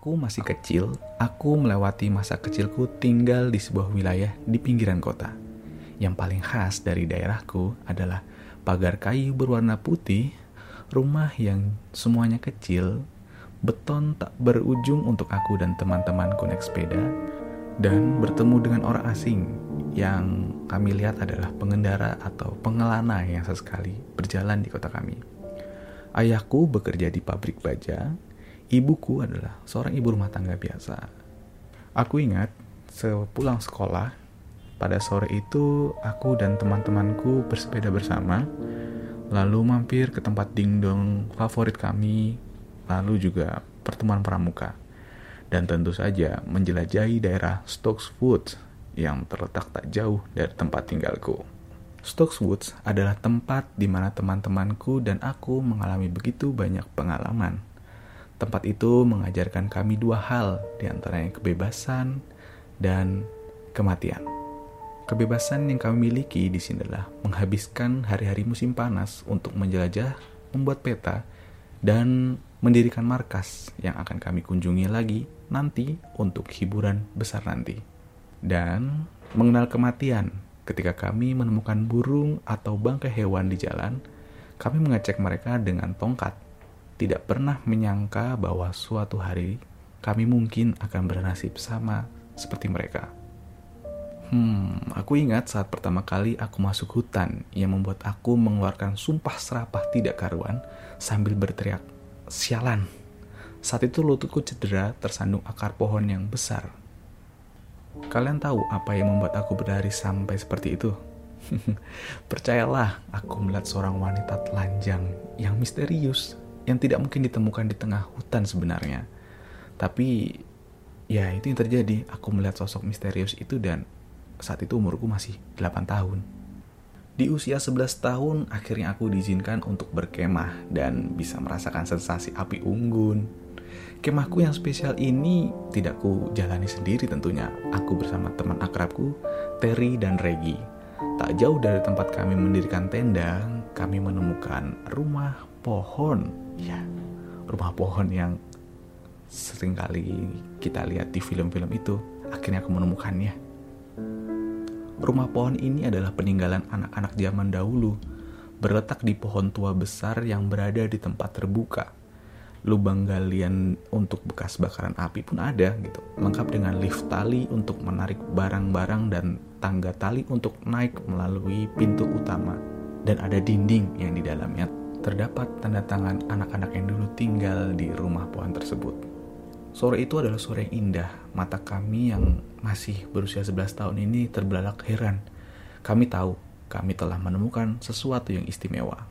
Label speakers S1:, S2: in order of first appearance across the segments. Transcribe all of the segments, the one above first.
S1: aku masih kecil, aku melewati masa kecilku tinggal di sebuah wilayah di pinggiran kota. Yang paling khas dari daerahku adalah pagar kayu berwarna putih, rumah yang semuanya kecil, beton tak berujung untuk aku dan teman-temanku naik sepeda, dan bertemu dengan orang asing yang kami lihat adalah pengendara atau pengelana yang sesekali berjalan di kota kami. Ayahku bekerja di pabrik baja, ibuku adalah seorang ibu rumah tangga biasa. Aku ingat sepulang sekolah, pada sore itu aku dan teman-temanku bersepeda bersama, lalu mampir ke tempat dingdong favorit kami, lalu juga pertemuan pramuka. Dan tentu saja menjelajahi daerah Stokes Woods yang terletak tak jauh dari tempat tinggalku. Stokes Woods adalah tempat di mana teman-temanku dan aku mengalami begitu banyak pengalaman. Tempat itu mengajarkan kami dua hal, di antaranya kebebasan dan kematian. Kebebasan yang kami miliki di sini adalah menghabiskan hari-hari musim panas untuk menjelajah, membuat peta, dan mendirikan markas yang akan kami kunjungi lagi nanti untuk hiburan besar nanti. Dan mengenal kematian. Ketika kami menemukan burung atau bangkai hewan di jalan, kami mengecek mereka dengan tongkat. Tidak pernah menyangka bahwa suatu hari kami mungkin akan bernasib sama seperti mereka. Aku ingat saat pertama kali aku masuk hutan yang membuat aku mengeluarkan sumpah serapah tidak karuan sambil berteriak, "Sialan!" Saat itu lututku cedera tersandung akar pohon yang besar. Kalian tahu apa yang membuat aku berlari sampai seperti itu? Percayalah, aku melihat seorang wanita telanjang yang misterius, yang tidak mungkin ditemukan di tengah hutan sebenarnya. Tapi, ya itu yang terjadi. Aku melihat sosok misterius itu dan saat itu umurku masih 8 tahun. Di usia 11 tahun, akhirnya aku diizinkan untuk berkemah dan bisa merasakan sensasi api unggun. Kemahku yang spesial ini tidak ku jalani sendiri tentunya. Aku bersama teman akrabku, Terry dan Reggie. Tak jauh dari tempat kami mendirikan tenda, kami menemukan rumah pohon. Ya, rumah pohon yang seringkali kita lihat di film-film itu. Akhirnya aku menemukannya. Rumah pohon ini adalah peninggalan anak-anak zaman dahulu, berletak di pohon tua besar yang berada di tempat terbuka. Lubang galian untuk bekas bakaran api pun ada gitu, lengkap dengan lift tali untuk menarik barang-barang dan tangga tali untuk naik melalui pintu utama. Dan ada dinding yang di dalamnya terdapat tanda tangan anak-anak yang dulu tinggal di rumah pohon tersebut. Sore itu adalah sore yang indah. Mata kami yang masih berusia 11 tahun ini terbelalak heran. Kami tahu kami telah menemukan sesuatu yang istimewa.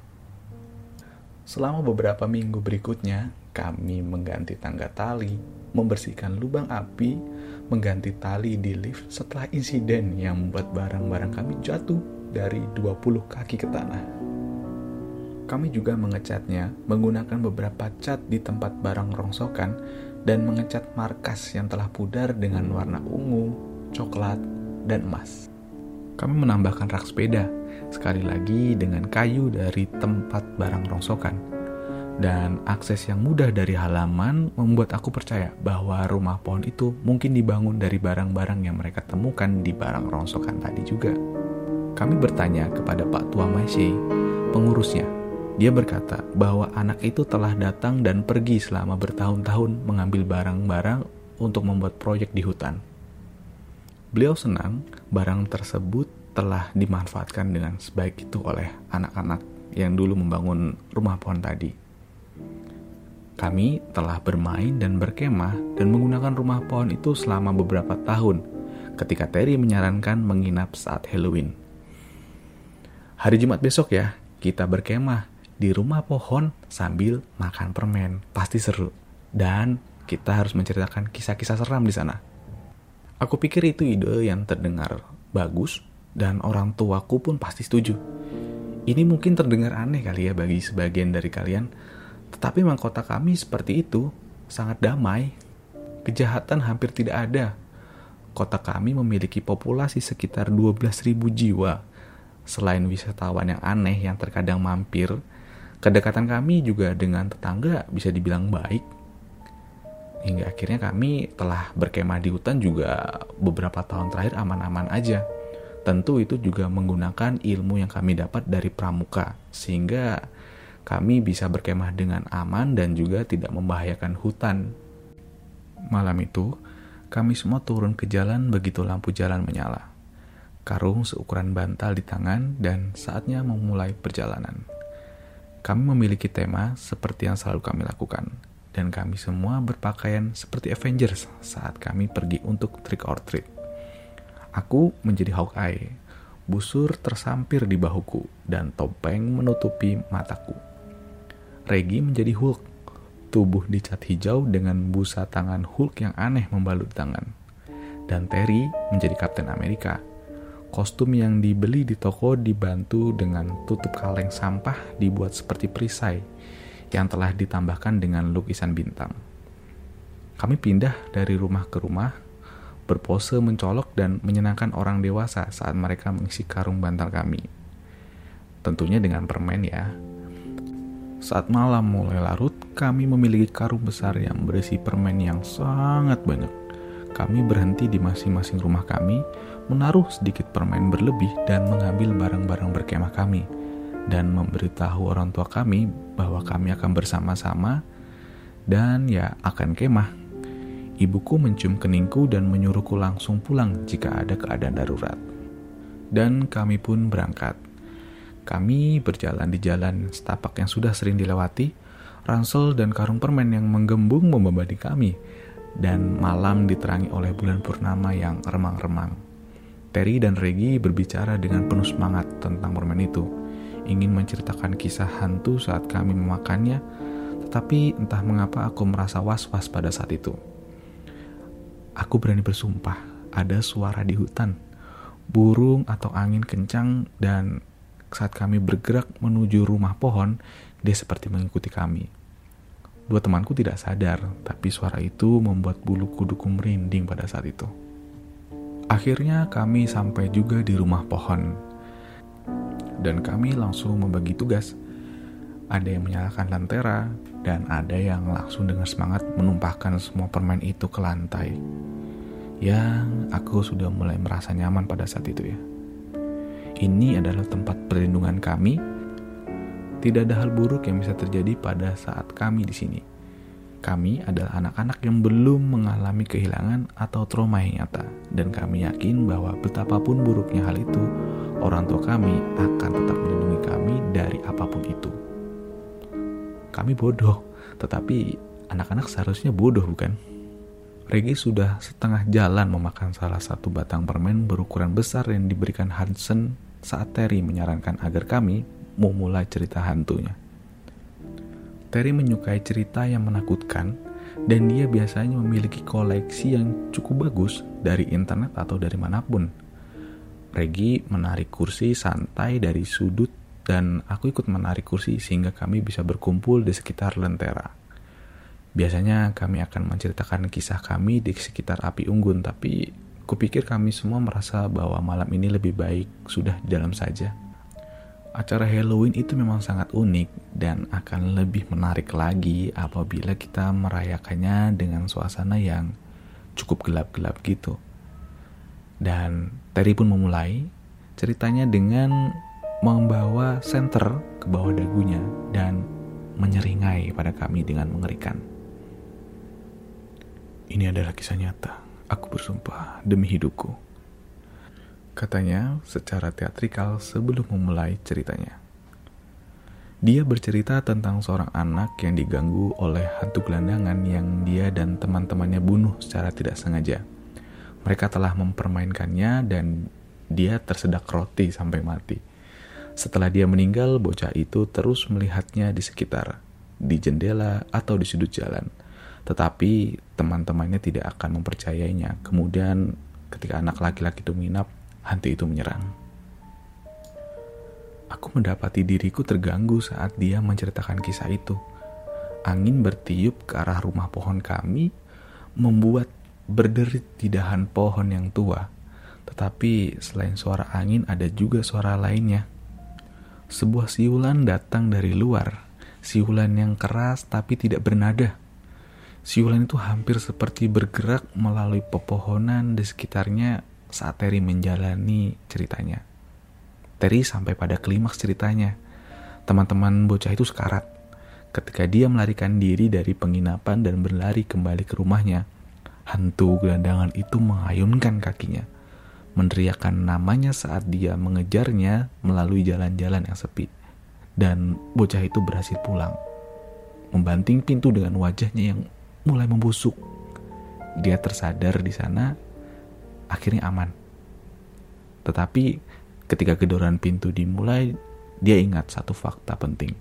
S1: Selama beberapa minggu berikutnya, kami mengganti tangga tali, membersihkan lubang api, mengganti tali di lift setelah insiden yang membuat barang-barang kami jatuh dari 20 kaki ke tanah. Kami juga mengecatnya menggunakan beberapa cat di tempat barang rongsokan dan mengecat markas yang telah pudar dengan warna ungu, coklat, dan emas. Kami menambahkan rak sepeda, sekali lagi dengan kayu dari tempat barang rongsokan. Dan akses yang mudah dari halaman membuat aku percaya bahwa rumah pohon itu mungkin dibangun dari barang-barang yang mereka temukan di barang rongsokan tadi juga. Kami bertanya kepada Pak Tua Maisei, pengurusnya. Dia berkata bahwa anak itu telah datang dan pergi selama bertahun-tahun mengambil barang-barang untuk membuat proyek di hutan. Beliau senang barang tersebut telah dimanfaatkan dengan sebaik itu oleh anak-anak yang dulu membangun rumah pohon tadi. Kami telah bermain dan berkemah dan menggunakan rumah pohon itu selama beberapa tahun ketika Terry menyarankan menginap saat Halloween. Hari Jumat besok ya, kita berkemah di rumah pohon sambil makan permen. Pasti seru. Dan kita harus menceritakan kisah-kisah seram di sana. Aku pikir itu ide yang terdengar bagus dan orang tuaku pun pasti setuju. Ini mungkin terdengar aneh kali ya bagi sebagian dari kalian, tetapi memang kota kami seperti itu, sangat damai. Kejahatan hampir tidak ada. Kota kami memiliki populasi sekitar 12.000 jiwa. Selain wisatawan yang aneh yang terkadang mampir, kedekatan kami juga dengan tetangga bisa dibilang baik. hingga akhirnya kami telah berkemah di hutan juga beberapa tahun terakhir aman-aman aja. Tentu itu juga menggunakan ilmu yang kami dapat dari pramuka, sehingga kami bisa berkemah dengan aman dan juga tidak membahayakan hutan. Malam itu, kami semua turun ke jalan begitu lampu jalan menyala. Karung seukuran bantal di tangan dan saatnya memulai perjalanan. Kami memiliki tema seperti yang selalu kami lakukan, dan kami semua berpakaian seperti Avengers saat kami pergi untuk trick or treat. Aku menjadi Hawkeye, busur tersampir di bahuku, dan topeng menutupi mataku. Regi menjadi Hulk, tubuh dicat hijau dengan busa tangan Hulk yang aneh membalut tangan. Dan Terry menjadi Kapten Amerika. Kostum yang dibeli di toko dibantu dengan tutup kaleng sampah dibuat seperti perisai yang telah ditambahkan dengan lukisan bintang. Kami pindah dari rumah ke rumah, berpose mencolok dan menyenangkan orang dewasa saat mereka mengisi karung bantal kami. Tentunya dengan permen ya. Saat malam mulai larut, kami memiliki karung besar yang berisi permen yang sangat banyak. Kami berhenti di masing-masing rumah kami, menaruh sedikit permen berlebih dan mengambil barang-barang berkemah kami, dan memberitahu orang tua kami bahwa kami akan bersama-sama dan ya akan kemah. Ibuku mencium keningku dan menyuruhku langsung pulang jika ada keadaan darurat. Dan kami pun berangkat. Kami berjalan di jalan setapak yang sudah sering dilewati, ransel dan karung permen yang menggembung membebani kami, dan malam diterangi oleh bulan purnama yang remang-remang. Terry dan Regi berbicara dengan penuh semangat tentang permen itu, ingin menceritakan kisah hantu saat kami memakannya, tetapi entah mengapa aku merasa was-was pada saat itu. Aku berani bersumpah, ada suara di hutan, burung atau angin kencang, dan saat kami bergerak menuju rumah pohon, dia seperti mengikuti kami. Dua temanku tidak sadar, tapi suara itu membuat bulu kuduku merinding pada saat itu. Akhirnya kami sampai juga di rumah pohon, dan kami langsung membagi tugas. Ada yang menyalakan lentera, dan ada yang langsung dengan semangat menumpahkan semua permen itu ke lantai. Ya, aku sudah mulai merasa nyaman pada saat itu ya. Ini adalah tempat perlindungan kami. Tidak ada hal buruk yang bisa terjadi pada saat kami di sini. Kami adalah anak-anak yang belum mengalami kehilangan atau trauma yang nyata, dan kami yakin bahwa betapapun buruknya hal itu, orang tua kami akan tetap melindungi kami dari apapun itu. Kami bodoh, tetapi anak-anak seharusnya bodoh, bukan? Regi sudah setengah jalan memakan salah satu batang permen berukuran besar yang diberikan Hudson saat Terry menyarankan agar kami memulai cerita hantunya. Terry menyukai cerita yang menakutkan, dan dia biasanya memiliki koleksi yang cukup bagus dari internet atau dari manapun. Regi menarik kursi santai dari sudut, dan aku ikut menarik kursi sehingga kami bisa berkumpul di sekitar lentera. Biasanya kami akan menceritakan kisah kami di sekitar api unggun, tapi kupikir kami semua merasa bahwa malam ini lebih baik sudah di dalam saja. Acara Halloween itu memang sangat unik dan akan lebih menarik lagi apabila kita merayakannya dengan suasana yang cukup gelap-gelap gitu. Dan Terry pun memulai ceritanya dengan membawa senter ke bawah dagunya dan menyeringai pada kami dengan mengerikan. Ini adalah kisah nyata, aku bersumpah demi hidupku, katanya secara teatrikal sebelum memulai ceritanya. Dia bercerita tentang seorang anak yang diganggu oleh hantu gelandangan yang dia dan teman-temannya bunuh secara tidak sengaja. Mereka telah mempermainkannya dan dia tersedak roti sampai mati. Setelah dia meninggal, bocah itu terus melihatnya di sekitar, di jendela atau di sudut jalan. Tetapi teman-temannya tidak akan mempercayainya. Kemudian ketika anak laki-laki itu menginap, hantu itu menyerang. Aku mendapati diriku terganggu saat dia menceritakan kisah itu. Angin bertiup ke arah rumah pohon kami, membuat berderit di dahan pohon yang tua. Tetapi selain suara angin ada juga suara lainnya. Sebuah siulan datang dari luar, siulan yang keras tapi tidak bernada. Siulan itu hampir seperti bergerak melalui pepohonan di sekitarnya saat Terry menjalani ceritanya. Terry sampai pada klimaks ceritanya. Teman-teman bocah itu sekarat. Ketika dia melarikan diri dari penginapan dan berlari kembali ke rumahnya, hantu gelandangan itu mengayunkan kakinya, meneriakkan namanya saat dia mengejarnya melalui jalan-jalan yang sepi. Dan bocah itu berhasil pulang, membanting pintu dengan wajahnya yang mulai membusuk. Dia tersadar di sana, akhirnya aman. Tetapi ketika gedoran pintu dimulai, dia ingat satu fakta penting.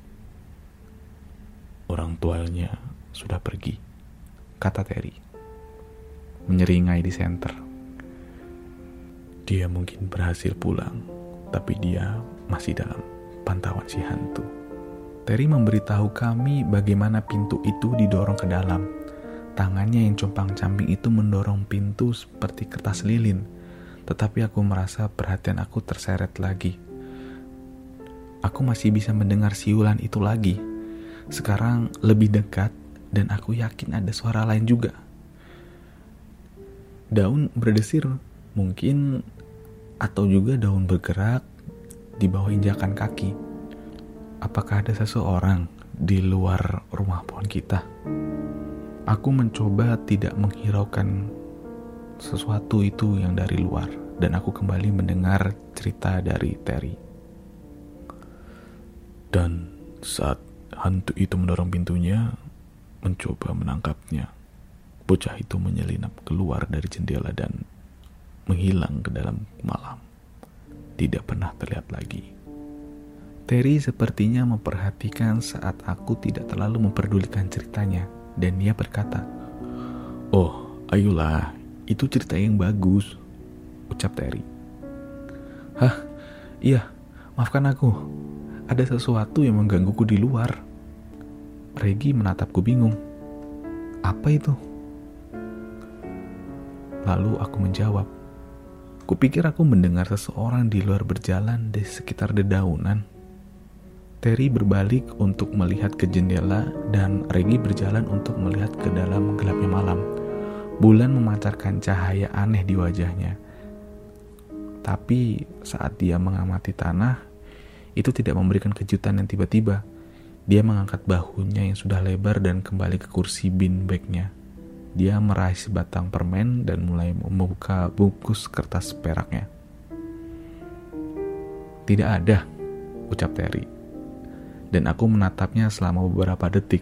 S1: Orang tuanya sudah pergi, kata Terry, menyeringai di senter. Dia mungkin berhasil pulang, tapi dia masih dalam pantauan si hantu. Terry memberitahu kami bagaimana pintu itu didorong ke dalam. Tangannya yang compang-camping itu mendorong pintu seperti kertas lilin. Tetapi aku merasa perhatian aku terseret lagi. Aku masih bisa mendengar siulan itu lagi. Sekarang lebih dekat dan aku yakin ada suara lain juga. Daun berdesir mungkin, atau juga daun bergerak di bawah injakan kaki. Apakah ada seseorang di luar rumah pohon kita? Aku mencoba tidak menghiraukan sesuatu itu yang dari luar, dan aku kembali mendengar cerita dari Terry. Dan saat hantu itu mendorong pintunya, mencoba menangkapnya, bocah itu menyelinap keluar dari jendela dan menghilang ke dalam malam. Tidak pernah terlihat lagi. Terry sepertinya memperhatikan saat aku tidak terlalu memperdulikan ceritanya, dan dia berkata, "Oh, ayolah, itu cerita yang bagus," ucap Terry. "Hah? Iya, maafkan aku. Ada sesuatu yang menggangguku di luar." Reggie menatapku bingung. "Apa itu?" Lalu aku menjawab, "Kupikir aku mendengar seseorang di luar berjalan di sekitar dedaunan." Terry berbalik untuk melihat ke jendela dan Reggie berjalan untuk melihat ke dalam gelapnya malam. Bulan memancarkan cahaya aneh di wajahnya. Tapi saat dia mengamati tanah, itu tidak memberikan kejutan yang tiba-tiba. Dia mengangkat bahunya yang sudah lebar dan kembali ke kursi beanbagnya. Dia meraih sebatang permen dan mulai membuka bungkus kertas peraknya. "Tidak ada," ucap Terry. Dan aku menatapnya selama beberapa detik.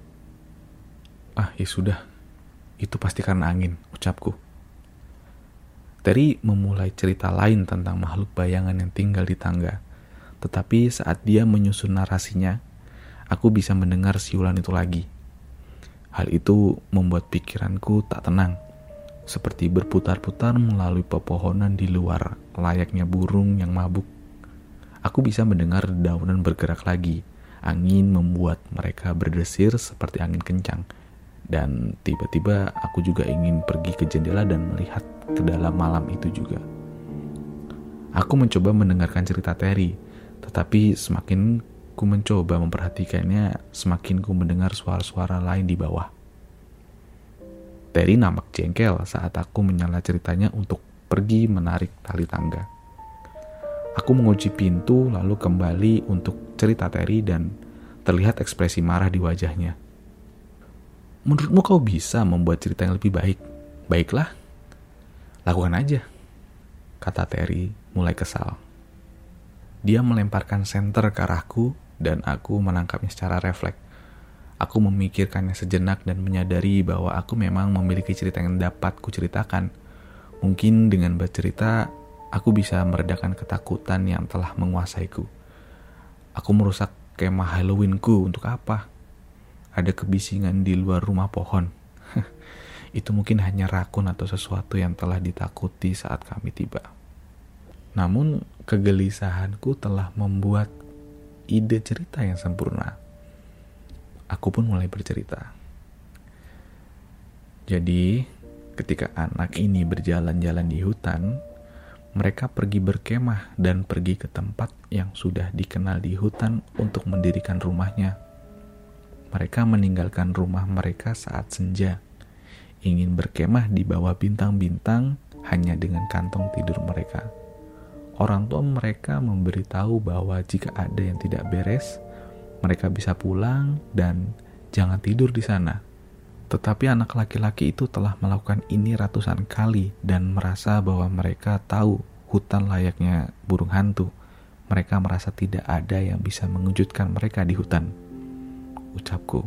S1: Ya sudah, itu pasti karena angin," ucapku. Terry memulai cerita lain tentang makhluk bayangan yang tinggal di tangga. Tetapi saat dia menyusun narasinya, aku bisa mendengar siulan itu lagi. Hal itu membuat pikiranku tak tenang, seperti berputar-putar melalui pepohonan di luar, layaknya burung yang mabuk. Aku bisa mendengar dedaunan bergerak lagi. Angin membuat mereka berdesir seperti angin kencang. Dan tiba-tiba aku juga ingin pergi ke jendela dan melihat ke dalam malam itu juga. Aku mencoba mendengarkan cerita Terry, tetapi semakin ku mencoba memperhatikannya, semakin ku mendengar suara-suara lain di bawah. Terry nampak jengkel saat aku menyela ceritanya untuk pergi menarik tali tangga. Aku mengunci pintu lalu kembali untuk cerita Terry dan terlihat ekspresi marah di wajahnya. "Menurutmu kau bisa membuat cerita yang lebih baik? Baiklah, lakukan aja," kata Terry mulai kesal. Dia melemparkan senter ke arahku dan aku menangkapnya secara refleks. Aku memikirkannya sejenak dan menyadari bahwa aku memang memiliki cerita yang dapat kuceritakan. Mungkin dengan bercerita, aku bisa meredakan ketakutan yang telah menguasaiku. Aku merusak kemah Halloweenku untuk apa? Ada kebisingan di luar rumah pohon. Itu mungkin hanya rakun atau sesuatu yang telah ditakuti saat kami tiba. Namun kegelisahanku telah membuat ide cerita yang sempurna. Aku pun mulai bercerita. Jadi, ketika anak ini berjalan-jalan di hutan, mereka pergi berkemah dan pergi ke tempat yang sudah dikenal di hutan untuk mendirikan rumahnya. Mereka meninggalkan rumah mereka saat senja, ingin berkemah di bawah bintang-bintang hanya dengan kantong tidur mereka. Orang tua mereka memberitahu bahwa jika ada yang tidak beres, mereka bisa pulang dan jangan tidur di sana. Tetapi anak laki-laki itu telah melakukan ini ratusan kali dan merasa bahwa mereka tahu hutan layaknya burung hantu. Mereka merasa tidak ada yang bisa mengejutkan mereka di hutan. Ucapku.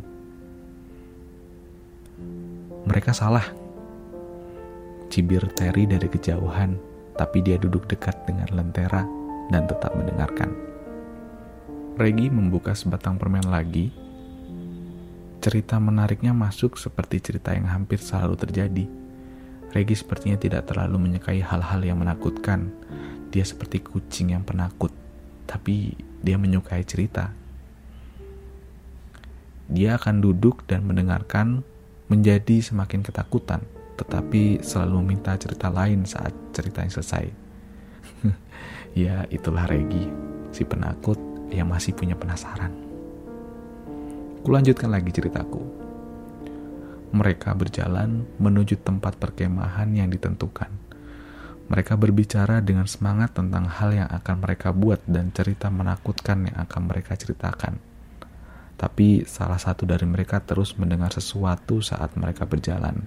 S1: Mereka salah. Cibir Terry dari kejauhan, tapi dia duduk dekat dengan lentera dan tetap mendengarkan. Reggie membuka sebatang permen lagi. Cerita menariknya masuk seperti cerita yang hampir selalu terjadi. Reggie sepertinya tidak terlalu menyukai hal-hal yang menakutkan. Dia seperti kucing yang penakut, tapi dia menyukai cerita. Dia akan duduk dan mendengarkan, menjadi semakin ketakutan, tetapi selalu meminta cerita lain saat ceritanya selesai. Ya, itulah Reggie, si penakut yang masih punya penasaran. Kulanjutkan lagi ceritaku. Mereka berjalan menuju tempat perkemahan yang ditentukan. Mereka berbicara dengan semangat tentang hal yang akan mereka buat dan cerita menakutkan yang akan mereka ceritakan. Tapi salah satu dari mereka terus mendengar sesuatu saat mereka berjalan.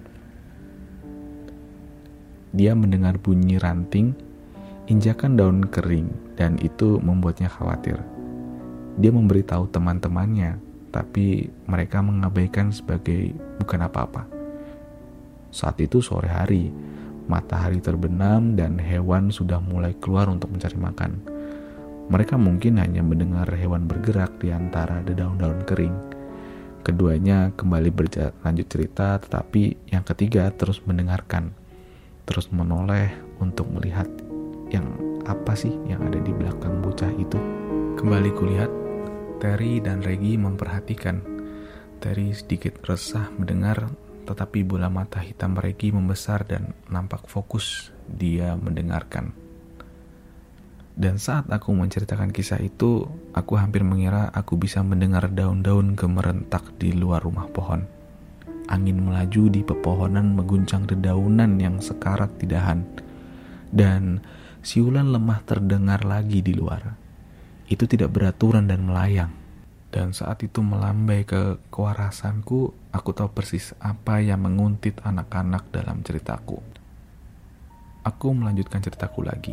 S1: Dia mendengar bunyi ranting, injakan daun kering, dan itu membuatnya khawatir. Dia memberitahu teman-temannya, tapi mereka mengabaikan sebagai bukan apa-apa. Saat itu sore hari, matahari terbenam dan hewan sudah mulai keluar untuk mencari makan. Mereka mungkin hanya mendengar hewan bergerak di antara daun-daun kering. Keduanya kembali lanjut cerita, tetapi yang ketiga terus mendengarkan, terus menoleh untuk melihat yang apa sih yang ada di belakang bocah itu. Kembali kulihat, Terry dan Reggie memperhatikan. Terry sedikit resah mendengar, tetapi bola mata hitam Reggie membesar dan nampak fokus dia mendengarkan. Dan saat aku menceritakan kisah itu, aku hampir mengira aku bisa mendengar daun-daun gemerentak di luar rumah pohon. Angin melaju di pepohonan mengguncang dedaunan yang sekarat di dahan. Dan siulan lemah terdengar lagi di luar. Itu tidak beraturan dan melayang. Dan saat itu melambai ke kewarasanku, aku tahu persis apa yang menguntit anak-anak dalam ceritaku. Aku melanjutkan ceritaku lagi.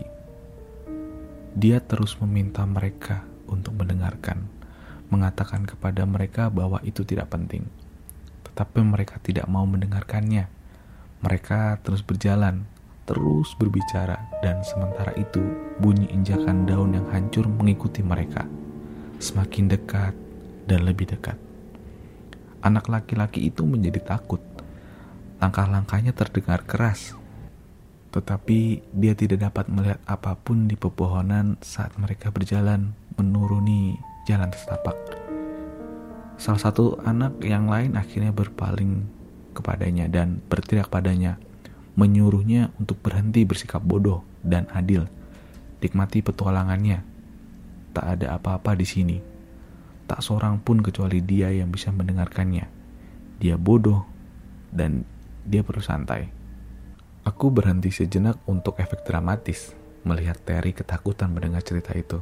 S1: Dia terus meminta mereka untuk mendengarkan, mengatakan kepada mereka bahwa itu tidak penting. Tetapi mereka tidak mau mendengarkannya. Mereka terus berjalan, terus berbicara, dan sementara itu bunyi injakan daun yang hancur mengikuti mereka, semakin dekat dan lebih dekat. Anak laki-laki itu menjadi takut. Langkah-langkahnya terdengar keras, tetapi dia tidak dapat melihat apapun di pepohonan saat mereka berjalan menuruni jalan setapak. Salah satu anak yang lain akhirnya berpaling kepadanya dan berteriak padanya, menyuruhnya untuk berhenti bersikap bodoh dan adil. Nikmati petualangannya. Tak ada apa-apa di sini. Tak seorang pun kecuali dia yang bisa mendengarkannya. Dia bodoh dan dia perlu santai. Aku berhenti sejenak untuk efek dramatis melihat Terry ketakutan mendengar cerita itu.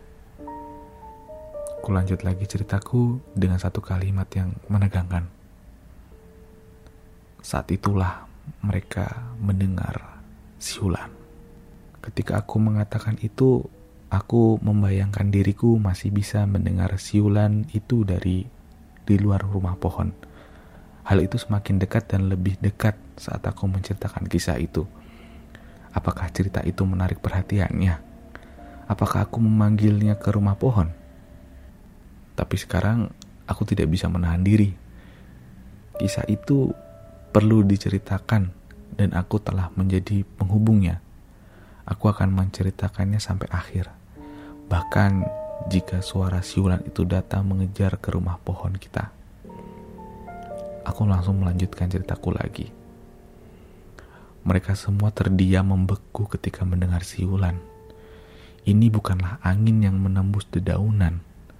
S1: Kulanjut lagi ceritaku dengan satu kalimat yang menegangkan. Saat itulah mereka mendengar siulan. Ketika aku mengatakan itu, aku membayangkan diriku masih bisa mendengar siulan itu dari di luar rumah pohon. Hal itu semakin dekat dan lebih dekat saat aku menceritakan kisah itu. Apakah cerita itu menarik perhatiannya? Apakah aku memanggilnya ke rumah pohon? Tapi sekarang aku tidak bisa menahan diri. Kisah itu perlu diceritakan dan aku telah menjadi penghubungnya. Aku akan menceritakannya sampai akhir. Bahkan jika suara siulan itu datang mengejar ke rumah pohon kita. Aku langsung melanjutkan ceritaku lagi. Mereka semua terdiam membeku ketika mendengar siulan. Ini bukanlah angin yang menembus dedaunan.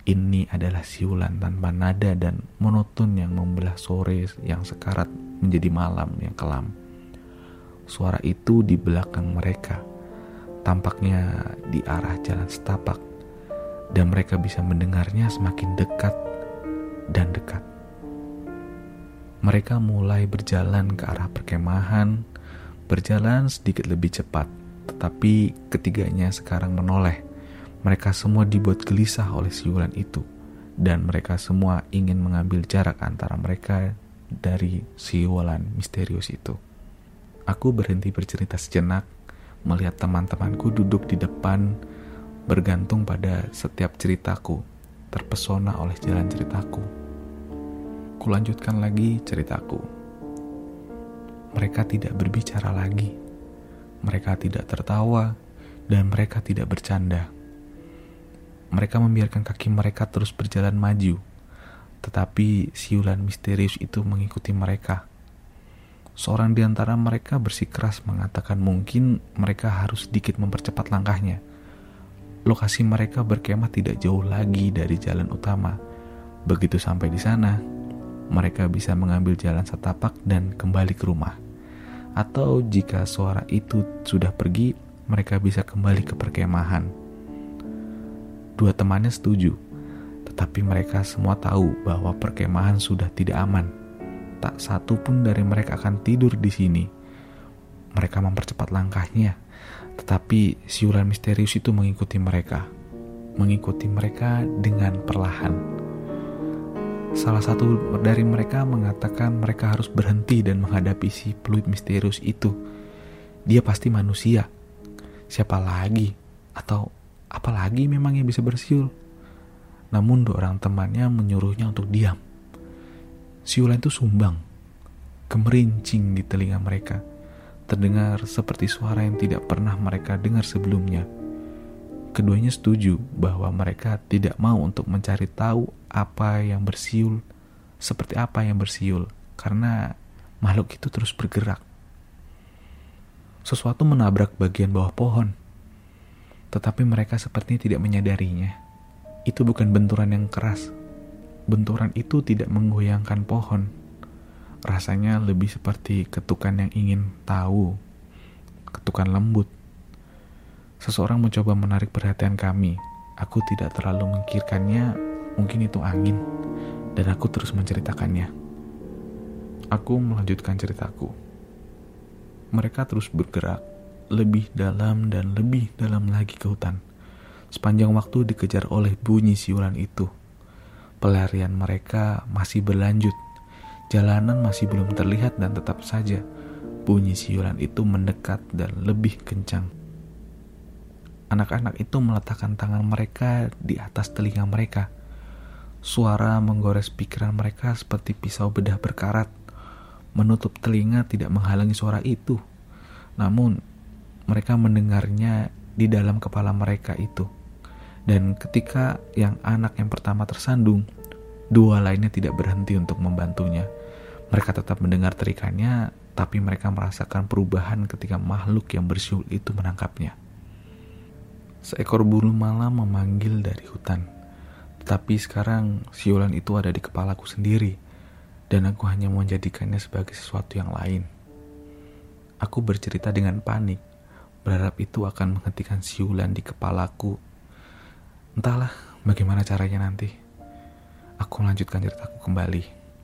S1: Ini adalah siulan tanpa nada dan monoton yang membelah sore yang sekarat menjadi malam yang kelam. Suara itu di belakang mereka, tampaknya di arah jalan setapak, dan mereka bisa mendengarnya semakin dekat dan dekat. Mereka mulai berjalan ke arah perkemahan, berjalan sedikit lebih cepat, tetapi ketiganya sekarang menoleh. Mereka semua dibuat gelisah oleh siulan itu, dan mereka semua ingin mengambil jarak antara mereka dari siulan misterius itu. Aku berhenti bercerita sejenak, melihat teman-temanku duduk di depan, bergantung pada setiap ceritaku, terpesona oleh jalan ceritaku. Kulanjutkan lagi ceritaku. Mereka tidak berbicara lagi, mereka tidak tertawa, dan mereka tidak bercanda. Mereka membiarkan kaki mereka terus berjalan maju, tetapi siulan misterius itu mengikuti mereka. Seorang di antara mereka bersikeras mengatakan mungkin mereka harus sedikit mempercepat langkahnya. Lokasi mereka berkemah tidak jauh lagi dari jalan utama. Begitu sampai di sana, mereka bisa mengambil jalan setapak dan kembali ke rumah. Atau jika suara itu sudah pergi, mereka bisa kembali ke perkemahan. Dua temannya setuju, tetapi mereka semua tahu bahwa perkemahan sudah tidak aman. Tak satu pun dari mereka akan tidur di sini. Mereka mempercepat langkahnya, tetapi siulan misterius itu mengikuti mereka dengan perlahan. Salah satu dari mereka mengatakan mereka harus berhenti dan menghadapi si peluit misterius itu. Dia pasti manusia. Siapa lagi? Atau apa lagi memang yang bisa bersiul? Namun dua orang temannya menyuruhnya untuk diam. Siulan itu sumbang, gemerincing di telinga mereka, terdengar seperti suara yang tidak pernah mereka dengar sebelumnya. Keduanya setuju bahwa mereka tidak mau untuk mencari tahu apa yang bersiul, seperti apa yang bersiul, karena makhluk itu terus bergerak. Sesuatu menabrak bagian bawah pohon, tetapi mereka sepertinya tidak menyadarinya. Itu bukan benturan yang keras. Benturan itu tidak menggoyangkan pohon. Rasanya lebih seperti ketukan yang ingin tahu, ketukan lembut. Seseorang mencoba menarik perhatian kami. Aku tidak terlalu memikirkannya, mungkin itu angin, dan aku terus menceritakannya. Aku melanjutkan ceritaku. Mereka terus bergerak, lebih dalam dan lebih dalam lagi ke hutan. Sepanjang waktu dikejar oleh bunyi siulan itu. Pelarian mereka masih berlanjut. Jalanan masih belum terlihat dan tetap saja bunyi siulan itu mendekat dan lebih kencang. Anak-anak itu meletakkan tangan mereka di atas telinga mereka. Suara menggores pikiran mereka seperti pisau bedah berkarat. Menutup telinga tidak menghalangi suara itu. Namun mereka mendengarnya di dalam kepala mereka itu. Dan ketika yang anak yang pertama tersandung, dua lainnya tidak berhenti untuk membantunya. Mereka tetap mendengar terikannya, tapi mereka merasakan perubahan ketika makhluk yang bersiul itu menangkapnya. Seekor burung malam memanggil dari hutan. Tetapi sekarang siulan itu ada di kepalaku sendiri, dan aku hanya menjadikannya sebagai sesuatu yang lain. Aku bercerita dengan panik, berharap itu akan menghentikan siulan di kepalaku. Entahlah bagaimana caranya nanti. Aku melanjutkan ceritaku kembali.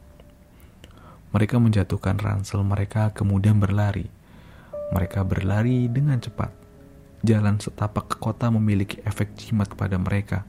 S1: Mereka menjatuhkan ransel mereka kemudian berlari. Mereka berlari dengan cepat. Jalan setapak ke kota memiliki efek jimat kepada mereka.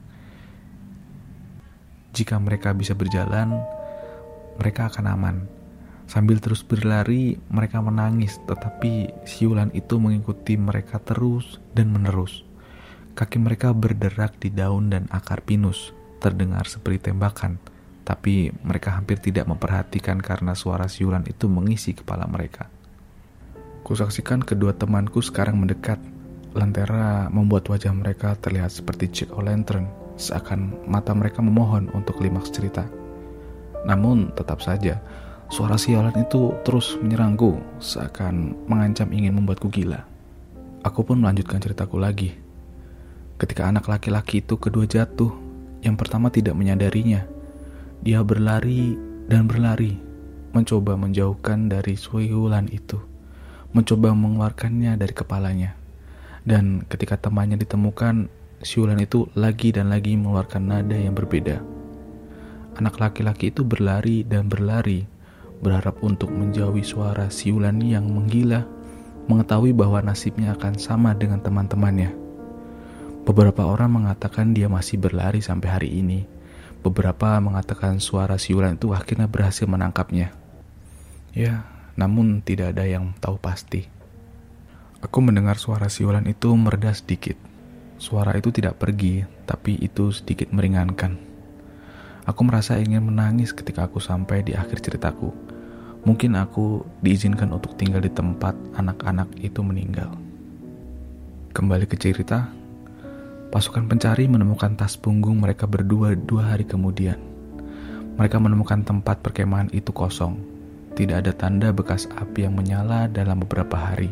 S1: Jika mereka bisa berjalan, mereka akan aman. Sambil terus berlari, mereka menangis, tetapi siulan itu mengikuti mereka terus dan menerus. Kaki mereka berderak di daun dan akar pinus, terdengar seperti tembakan, tapi mereka hampir tidak memperhatikan karena suara siulan itu mengisi kepala mereka. Kusaksikan kedua temanku sekarang mendekat. Lentera membuat wajah mereka terlihat seperti jack-o'-lantern, seakan mata mereka memohon untuk klimaks cerita. Namun tetap saja, suara siulan itu terus menyerangku, seakan mengancam ingin membuatku gila. Aku pun melanjutkan ceritaku lagi. Ketika anak laki-laki itu kedua jatuh, Yang pertama tidak menyadarinya. Dia berlari dan berlari, mencoba menjauhkan dari siulan itu, mencoba mengeluarkannya dari kepalanya. Dan ketika temannya ditemukan, siulan itu lagi dan lagi mengeluarkan nada yang berbeda. Anak laki-laki itu berlari dan berlari, berharap untuk menjauhi suara siulan yang menggila, mengetahui bahwa nasibnya akan sama dengan teman-temannya. Beberapa orang mengatakan dia masih berlari sampai hari ini. Beberapa mengatakan suara siulan itu akhirnya berhasil menangkapnya. Ya, namun tidak ada yang tahu pasti. Aku mendengar suara siulan itu mereda sedikit. Suara itu tidak pergi, tapi itu sedikit meringankan. Aku merasa ingin menangis ketika aku sampai di akhir ceritaku. Mungkin aku diizinkan untuk tinggal di tempat anak-anak itu meninggal. Kembali ke cerita, pasukan pencari menemukan tas punggung mereka berdua 2 hari kemudian. Mereka menemukan tempat perkemahan itu kosong. Tidak ada tanda bekas api yang menyala dalam beberapa hari.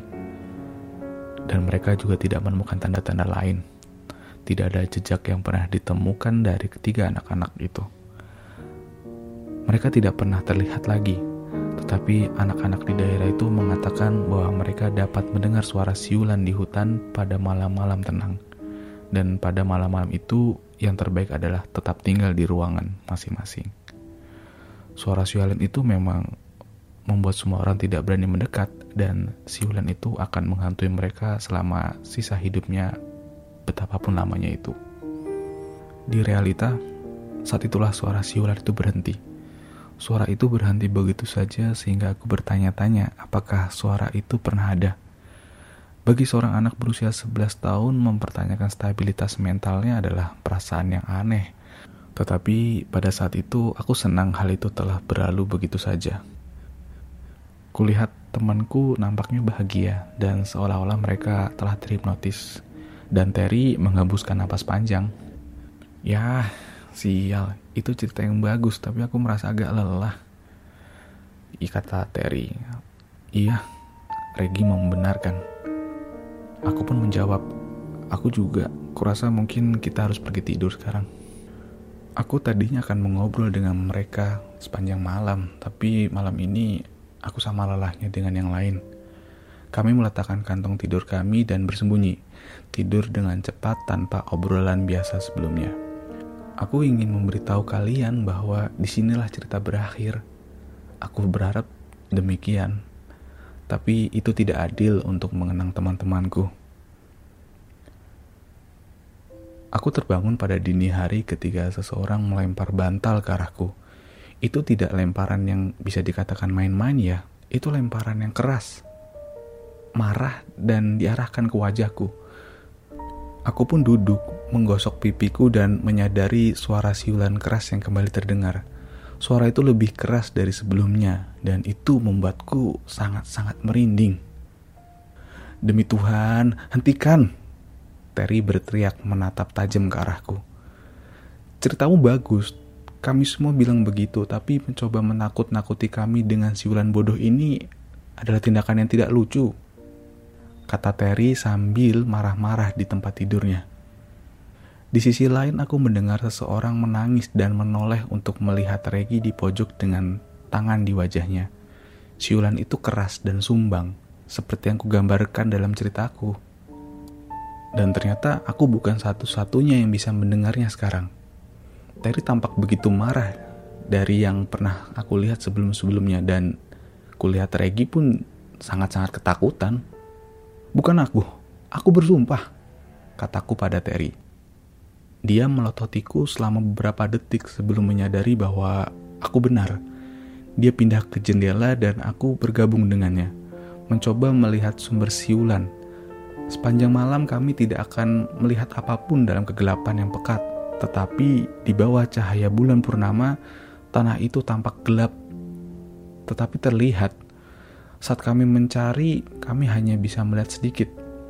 S1: Dan mereka juga tidak menemukan tanda-tanda lain. Tidak ada jejak yang pernah ditemukan dari ketiga anak-anak itu. Mereka tidak pernah terlihat lagi, tetapi anak-anak di daerah itu mengatakan bahwa mereka dapat mendengar suara siulan di hutan pada malam-malam tenang. Dan pada malam-malam itu yang terbaik adalah tetap tinggal di ruangan masing-masing. Suara siulan itu memang membuat semua orang tidak berani mendekat, dan siulan itu akan menghantui mereka selama sisa hidupnya, betapapun lamanya itu. Di realita, saat itulah suara siulan itu berhenti. Suara itu berhenti begitu saja sehingga aku bertanya-tanya apakah suara itu pernah ada. Bagi seorang anak berusia 11 tahun, mempertanyakan stabilitas mentalnya adalah perasaan yang aneh. Tetapi pada saat itu aku senang hal itu telah berlalu begitu saja. Kulihat temanku nampaknya bahagia dan seolah-olah mereka telah terhipnotis. Dan Terry menghembuskan napas panjang. Ya, sial, itu cerita yang bagus, tapi aku merasa agak lelah. Kata Terry. Iya, Regi membenarkan. Aku pun menjawab, aku juga. Kurasa mungkin kita harus pergi tidur sekarang. Aku tadinya akan mengobrol dengan mereka sepanjang malam, tapi malam ini aku sama lelahnya dengan yang lain. Kami meletakkan kantong tidur kami dan bersembunyi, tidur dengan cepat tanpa obrolan biasa sebelumnya. Aku ingin memberitahu kalian bahwa disinilah cerita berakhir. Aku berharap demikian. Tapi itu tidak adil untuk mengenang teman-temanku. Aku terbangun pada dini hari ketika seseorang melempar bantal ke arahku. Itu tidak lemparan yang bisa dikatakan main-main ya. Itu lemparan yang keras, marah, dan diarahkan ke wajahku. Aku pun duduk, menggosok pipiku dan menyadari suara siulan keras yang kembali terdengar. Suara itu lebih keras dari sebelumnya dan itu membuatku sangat-sangat merinding. Demi Tuhan, hentikan! Terry berteriak menatap tajam ke arahku. Ceritamu bagus, kami semua bilang begitu, tapi mencoba menakut-nakuti kami dengan siulan bodoh ini adalah tindakan yang tidak lucu, kata Terry sambil marah-marah di tempat tidurnya. Di sisi lain aku mendengar seseorang menangis dan menoleh untuk melihat Regi di pojok dengan tangan di wajahnya. Siulan itu keras dan sumbang, seperti yang kugambarkan dalam ceritaku. Dan ternyata aku bukan satu-satunya yang bisa mendengarnya sekarang. Terry tampak begitu marah dari yang pernah aku lihat sebelum-sebelumnya, dan kulihat Regi pun sangat-sangat ketakutan. Bukan aku bersumpah, kataku pada Terry. Dia melototiku selama beberapa detik sebelum menyadari bahwa aku benar. Dia pindah ke jendela dan aku bergabung dengannya, mencoba melihat sumber siulan. Sepanjang malam kami tidak akan melihat apapun dalam kegelapan yang pekat, tetapi di bawah cahaya bulan purnama, tanah itu tampak gelap, tetapi terlihat. Saat kami mencari, kami hanya bisa melihat sedikit.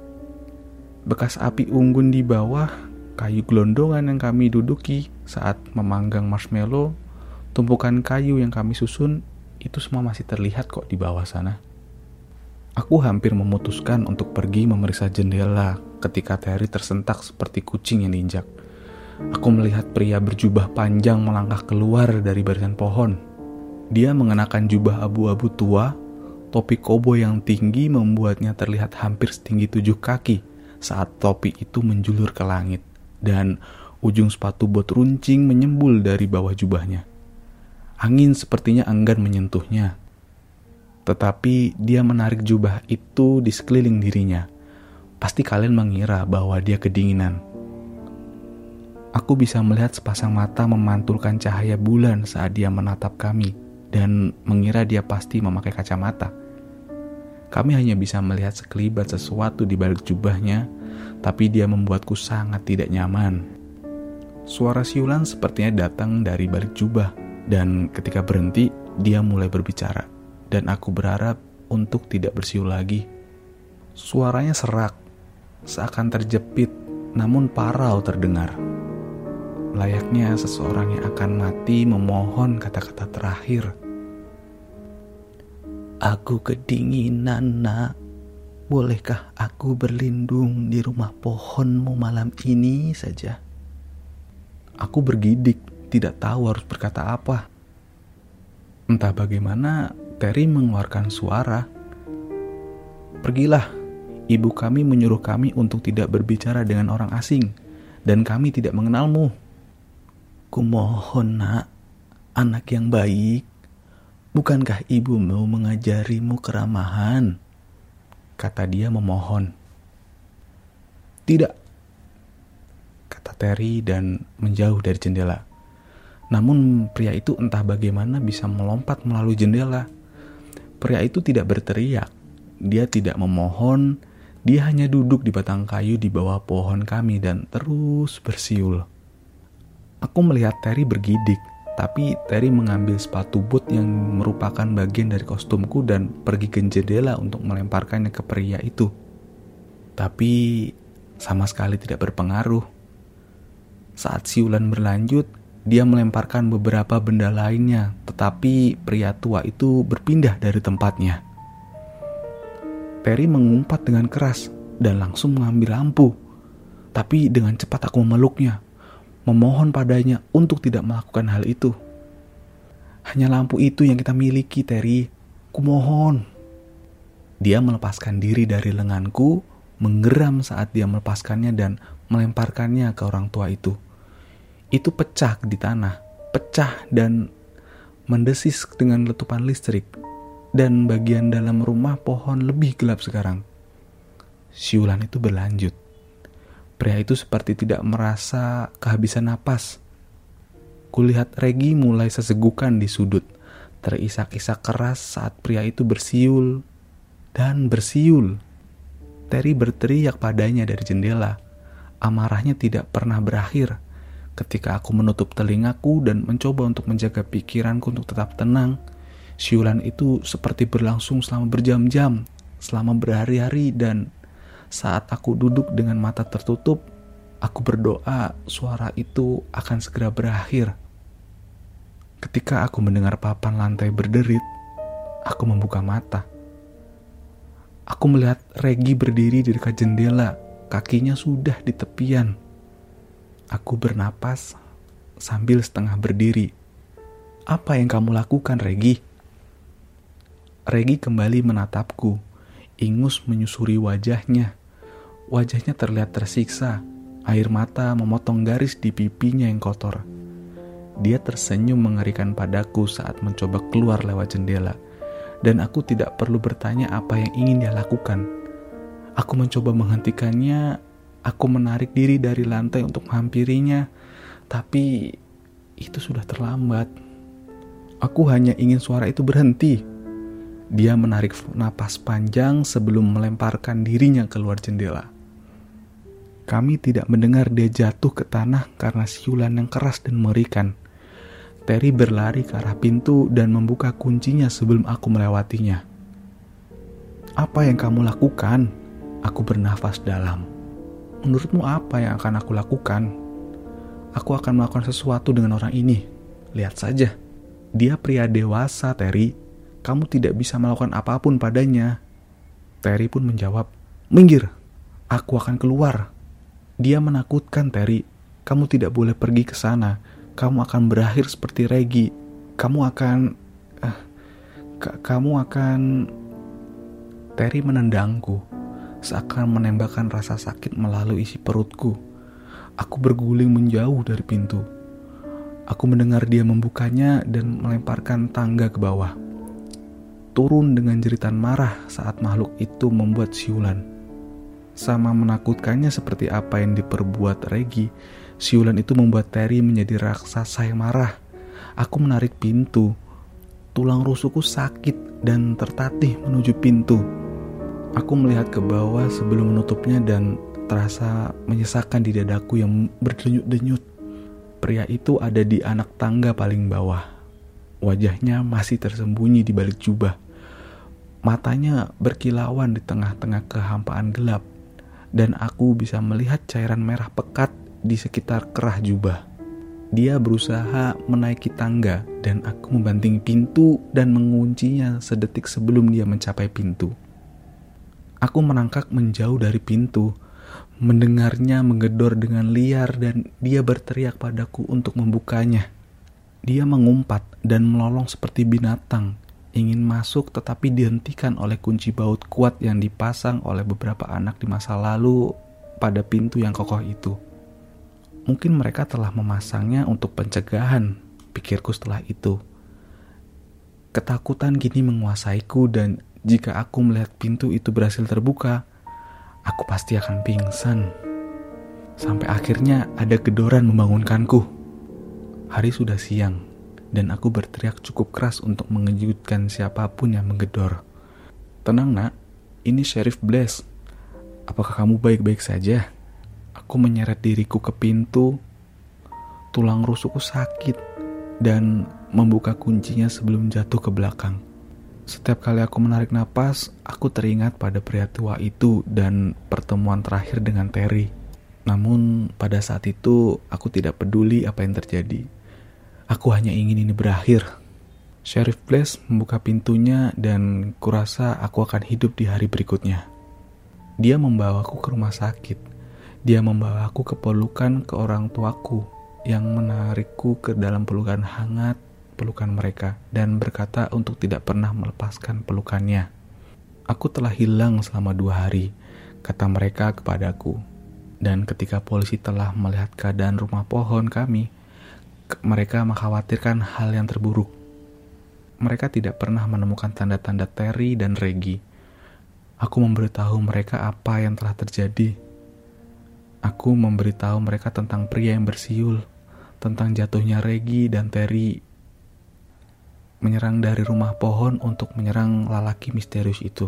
S1: Bekas api unggun di bawah, kayu gelondongan yang kami duduki saat memanggang marshmallow, tumpukan kayu yang kami susun, itu semua masih terlihat kok di bawah sana. Aku hampir memutuskan untuk pergi memeriksa jendela ketika Terry tersentak seperti kucing yang diinjak. Aku melihat pria berjubah panjang melangkah keluar dari barisan pohon. Dia mengenakan jubah abu-abu tua, topi koboi yang tinggi membuatnya terlihat hampir setinggi 7 kaki saat topi itu menjulur ke langit, dan ujung sepatu bot runcing menyembul dari bawah jubahnya. Angin sepertinya enggan menyentuhnya. Tetapi dia menarik jubah itu di sekeliling dirinya. Pasti kalian mengira bahwa dia kedinginan. Aku bisa melihat sepasang mata memantulkan cahaya bulan saat dia menatap kami dan mengira dia pasti memakai kacamata. Kami hanya bisa melihat sekelibat sesuatu di balik jubahnya, tapi dia membuatku sangat tidak nyaman. Suara siulan sepertinya datang dari balik jubah, dan ketika berhenti, dia mulai berbicara, dan aku berharap untuk tidak bersiul lagi. Suaranya serak, seakan terjepit, namun parau terdengar. Layaknya seseorang yang akan mati memohon kata-kata terakhir. Aku kedinginan, nak. Bolehkah aku berlindung di rumah pohonmu malam ini saja? Aku bergidik, tidak tahu harus berkata apa. Entah bagaimana, Terry mengeluarkan suara. Pergilah, ibu kami menyuruh kami untuk tidak berbicara dengan orang asing, dan kami tidak mengenalmu. Kumohon, nak, anak yang baik. Bukankah ibumu mengajarimu keramahan? Kata dia memohon. Tidak, kata Terry dan menjauh dari jendela. Namun pria itu entah bagaimana bisa melompat melalui jendela. Pria itu tidak berteriak. Dia tidak memohon. Dia hanya duduk di batang kayu di bawah pohon kami dan terus bersiul. Aku melihat Terry bergidik, tapi Terry mengambil sepatu boot yang merupakan bagian dari kostumku dan pergi ke jendela untuk melemparkannya ke pria itu. Tapi sama sekali tidak berpengaruh. Saat siulan berlanjut, dia melemparkan beberapa benda lainnya, tetapi pria tua itu berpindah dari tempatnya. Terry mengumpat dengan keras dan langsung mengambil lampu. Tapi dengan cepat aku memeluknya, memohon padanya untuk tidak melakukan hal itu. Hanya lampu itu yang kita miliki, Terry. Kumohon. Dia melepaskan diri dari lenganku, menggeram saat dia melepaskannya dan melemparkannya ke orang tua itu. Itu pecah di tanah, pecah dan mendesis dengan letupan listrik. Dan bagian dalam rumah pohon lebih gelap sekarang. Siulan itu berlanjut. Pria itu seperti tidak merasa kehabisan napas. Kulihat Regi mulai sesegukan di sudut, terisak-isak keras saat pria itu bersiul dan bersiul. Terry berteriak padanya dari jendela. Amarahnya tidak pernah berakhir. Ketika aku menutup telingaku dan mencoba untuk menjaga pikiranku untuk tetap tenang, siulan itu seperti berlangsung selama berjam-jam, selama berhari-hari, dan saat aku duduk dengan mata tertutup, aku berdoa suara itu akan segera berakhir. Ketika aku mendengar papan lantai berderit, aku membuka mata. Aku melihat Regi berdiri di dekat jendela, kakinya sudah di tepian. Aku bernapas sambil setengah berdiri. Apa yang kamu lakukan, Regi? Regi kembali menatapku, ingus menyusuri wajahnya. Wajahnya terlihat tersiksa, air mata memotong garis di pipinya yang kotor. Dia tersenyum mengerikan padaku saat mencoba keluar lewat jendela, dan aku tidak perlu bertanya apa yang ingin dia lakukan. Aku mencoba menghentikannya, aku menarik diri dari lantai untuk menghampirinya, tapi itu sudah terlambat. Aku hanya ingin suara itu berhenti. Dia menarik napas panjang sebelum melemparkan dirinya keluar jendela. Kami tidak mendengar dia jatuh ke tanah karena siulan yang keras dan mengerikan. Terry berlari ke arah pintu dan membuka kuncinya sebelum aku melewatinya. Apa yang kamu lakukan? Aku bernafas dalam. Menurutmu apa yang akan aku lakukan? Aku akan melakukan sesuatu dengan orang ini. Lihat saja. Dia pria dewasa, Terry. Kamu tidak bisa melakukan apapun padanya. Terry pun menjawab, minggir. Aku akan keluar. Dia menakutkan, Terry. Kamu tidak boleh pergi ke sana. Kamu akan berakhir seperti Regi. Kamu akan... Terry menendangku, seakan menembakkan rasa sakit melalui isi perutku. Aku berguling menjauh dari pintu. Aku mendengar dia membukanya dan melemparkan tangga ke bawah. Turun dengan jeritan marah saat makhluk itu membuat siulan. Sama menakutkannya seperti apa yang diperbuat Regi, siulan itu membuat Terry menjadi raksasa yang marah. Aku menarik pintu. Tulang rusukku sakit dan tertatih menuju pintu. Aku melihat ke bawah sebelum menutupnya dan terasa menyesakan di dadaku yang berdenyut-denyut. Pria itu ada di anak tangga paling bawah. Wajahnya masih tersembunyi di balik jubah. Matanya berkilauan di tengah-tengah kehampaan gelap. Dan aku bisa melihat cairan merah pekat di sekitar kerah jubah. Dia berusaha menaiki tangga dan aku membanting pintu dan menguncinya sedetik sebelum dia mencapai pintu. Aku merangkak menjauh dari pintu, mendengarnya menggedor dengan liar dan dia berteriak padaku untuk membukanya. Dia mengumpat dan melolong seperti binatang, ingin masuk tetapi dihentikan oleh kunci baut kuat yang dipasang oleh beberapa anak di masa lalu pada pintu yang kokoh itu. Mungkin mereka telah memasangnya untuk pencegahan, pikirku setelah itu. Ketakutan kini menguasaiku dan jika aku melihat pintu itu berhasil terbuka, aku pasti akan pingsan. Sampai akhirnya ada gedoran membangunkanku. Hari sudah siang dan aku berteriak cukup keras untuk mengejutkan siapapun yang menggedor. Tenang nak, ini Sheriff Blaze. Apakah kamu baik-baik saja? Aku menyeret diriku ke pintu, tulang rusukku sakit, dan membuka kuncinya sebelum jatuh ke belakang. Setiap kali aku menarik napas, aku teringat pada pria tua itu dan pertemuan terakhir dengan Terry. Namun pada saat itu, aku tidak peduli apa yang terjadi. Aku hanya ingin ini berakhir. Sheriff Blaze membuka pintunya dan kurasa aku akan hidup di hari berikutnya. Dia membawaku ke rumah sakit. Dia membawaku ke pelukan ke orang tuaku yang menarikku ke dalam pelukan hangat, pelukan mereka, dan berkata untuk tidak pernah melepaskan pelukannya. Aku telah hilang selama 2 hari, kata mereka kepadaku. Dan ketika polisi telah melihat keadaan rumah pohon kami, mereka mengkhawatirkan hal yang terburuk. Mereka tidak pernah menemukan tanda-tanda Terry dan Regi. Aku memberitahu mereka apa yang telah terjadi. Aku memberitahu mereka tentang pria yang bersiul, tentang jatuhnya Regi dan Terry menyerang dari rumah pohon untuk menyerang lelaki misterius itu.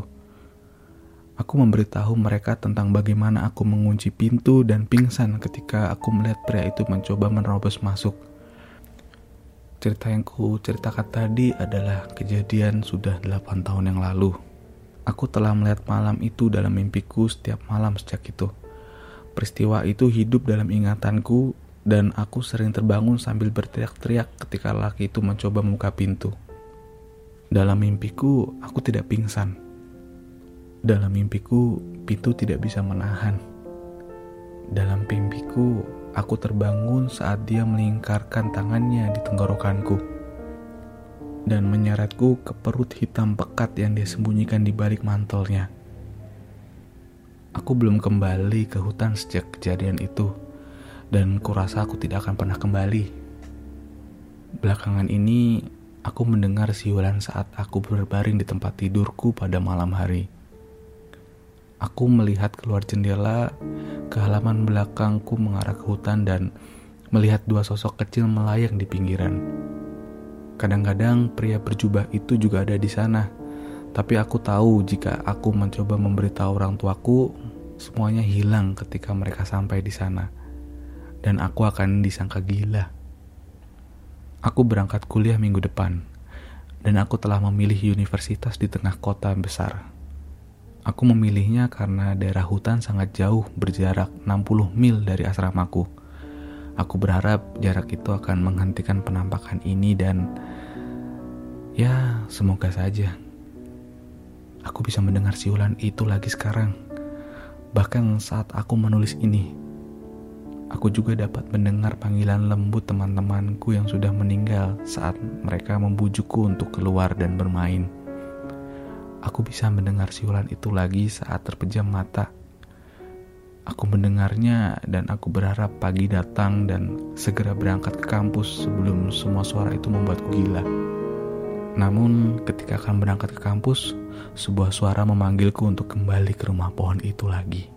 S1: Aku memberitahu mereka tentang bagaimana aku mengunci pintu dan pingsan ketika aku melihat pria itu mencoba menerobos masuk. Cerita yang ku ceritakan tadi adalah kejadian sudah 8 tahun yang lalu. Aku telah melihat malam itu dalam mimpiku setiap malam sejak itu. Peristiwa itu hidup dalam ingatanku dan aku sering terbangun sambil berteriak-teriak ketika lelaki itu mencoba membuka pintu. Dalam mimpiku, aku tidak pingsan. Dalam mimpiku, pintu tidak bisa menahan. Dalam mimpiku, aku terbangun saat dia melingkarkan tangannya di tenggorokanku dan menyeretku ke perut hitam pekat yang dia sembunyikan di balik mantelnya. Aku belum kembali ke hutan sejak kejadian itu, dan kurasa aku tidak akan pernah kembali. Belakangan ini, aku mendengar siulan saat aku berbaring di tempat tidurku pada malam hari. Aku melihat keluar jendela ke halaman belakangku mengarah ke hutan dan melihat 2 sosok kecil melayang di pinggiran. Kadang-kadang pria berjubah itu juga ada di sana, tapi aku tahu jika aku mencoba memberitahu orang tuaku, semuanya hilang ketika mereka sampai di sana, dan aku akan disangka gila. Aku berangkat kuliah minggu depan, dan aku telah memilih universitas di tengah kota besar. Aku memilihnya karena daerah hutan sangat jauh, berjarak 60 mil dari asramaku. Aku berharap jarak itu akan menghentikan penampakan ini dan ya, semoga saja. Aku bisa mendengar siulan itu lagi sekarang, bahkan saat aku menulis ini. Aku juga dapat mendengar panggilan lembut teman-temanku yang sudah meninggal saat mereka membujukku untuk keluar dan bermain. Aku bisa mendengar siulan itu lagi saat terpejam mata. Aku mendengarnya dan aku berharap pagi datang dan segera berangkat ke kampus sebelum semua suara itu membuatku gila. Namun ketika akan berangkat ke kampus, sebuah suara memanggilku untuk kembali ke rumah pohon itu lagi.